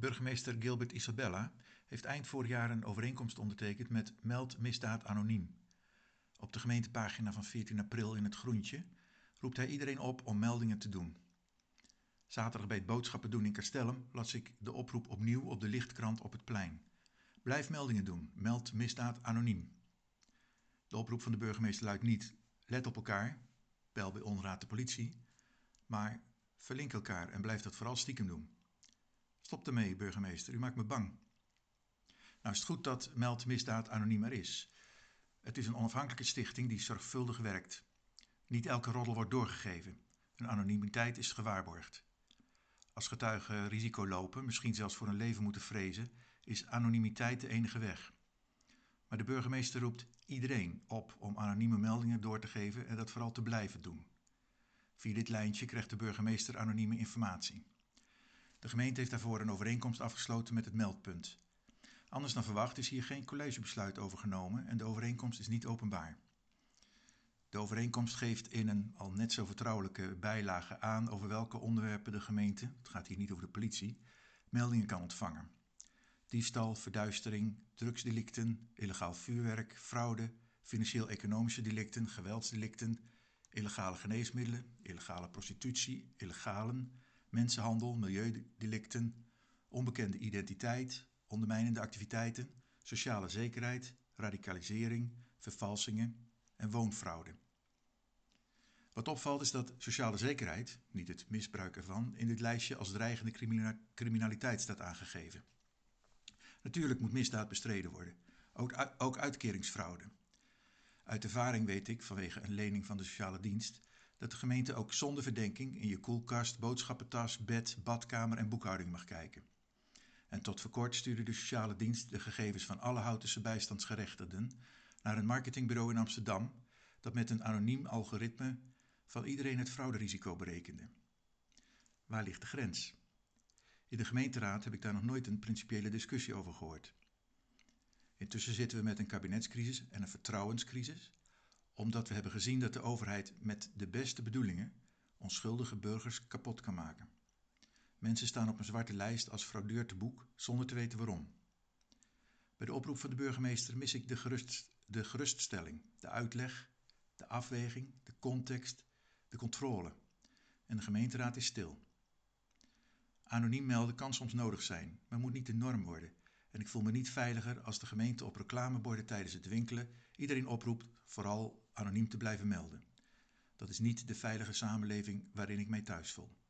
Burgemeester Gilbert Isabella heeft eind vorig jaar een overeenkomst ondertekend met Meld Misdaad Anoniem. Op de gemeentepagina van 14 april in het groentje roept hij iedereen op om meldingen te doen. Zaterdag bij het boodschappen doen in Castellum las ik de oproep opnieuw op de lichtkrant op het plein. Blijf meldingen doen, meld misdaad anoniem. De oproep van de burgemeester luidt niet: let op elkaar, bel bij onraad de politie, maar verlink elkaar en blijf dat vooral stiekem doen. Stop ermee, burgemeester, u maakt me bang. Nou is het goed dat Meld Misdaad Anoniem er is. Het is een onafhankelijke stichting die zorgvuldig werkt. Niet elke roddel wordt doorgegeven. Een anonimiteit is gewaarborgd. Als getuigen risico lopen, misschien zelfs voor hun leven moeten vrezen, is anonimiteit de enige weg. Maar de burgemeester roept iedereen op om anonieme meldingen door te geven en dat vooral te blijven doen. Via dit lijntje krijgt de burgemeester anonieme informatie. De gemeente heeft daarvoor een overeenkomst afgesloten met het meldpunt. Anders dan verwacht is hier geen collegebesluit over genomen en de overeenkomst is niet openbaar. De overeenkomst geeft in een al net zo vertrouwelijke bijlage aan over welke onderwerpen de gemeente, het gaat hier niet over de politie, meldingen kan ontvangen. Diefstal, verduistering, drugsdelicten, illegaal vuurwerk, fraude, financieel-economische delicten, geweldsdelicten, illegale geneesmiddelen, illegale prostitutie, illegalen, mensenhandel, milieudelicten, onbekende identiteit, ondermijnende activiteiten, sociale zekerheid, radicalisering, vervalsingen en woonfraude. Wat opvalt is dat sociale zekerheid, niet het misbruik ervan, in dit lijstje als dreigende criminaliteit staat aangegeven. Natuurlijk moet misdaad bestreden worden, ook uitkeringsfraude. Uit ervaring weet ik, vanwege een lening van de sociale dienst, dat de gemeente ook zonder verdenking in je koelkast, boodschappentas, bed, badkamer en boekhouding mag kijken. En tot voor kort stuurde de sociale dienst de gegevens van alle Houtense bijstandsgerechtigden naar een marketingbureau in Amsterdam dat met een anoniem algoritme van iedereen het frauderisico berekende. Waar ligt de grens? In de gemeenteraad heb ik daar nog nooit een principiële discussie over gehoord. Intussen zitten we met een kabinetscrisis en een vertrouwenscrisis, omdat we hebben gezien dat de overheid met de beste bedoelingen onschuldige burgers kapot kan maken. Mensen staan op een zwarte lijst als fraudeur te boek, zonder te weten waarom. Bij de oproep van de burgemeester mis ik de geruststelling, de uitleg, de afweging, de context, de controle. En de gemeenteraad is stil. Anoniem melden kan soms nodig zijn, maar moet niet de norm worden. En ik voel me niet veiliger als de gemeente op reclameborden tijdens het winkelen iedereen oproept vooral anoniem te blijven melden. Dat is niet de veilige samenleving waarin ik mij thuis voel.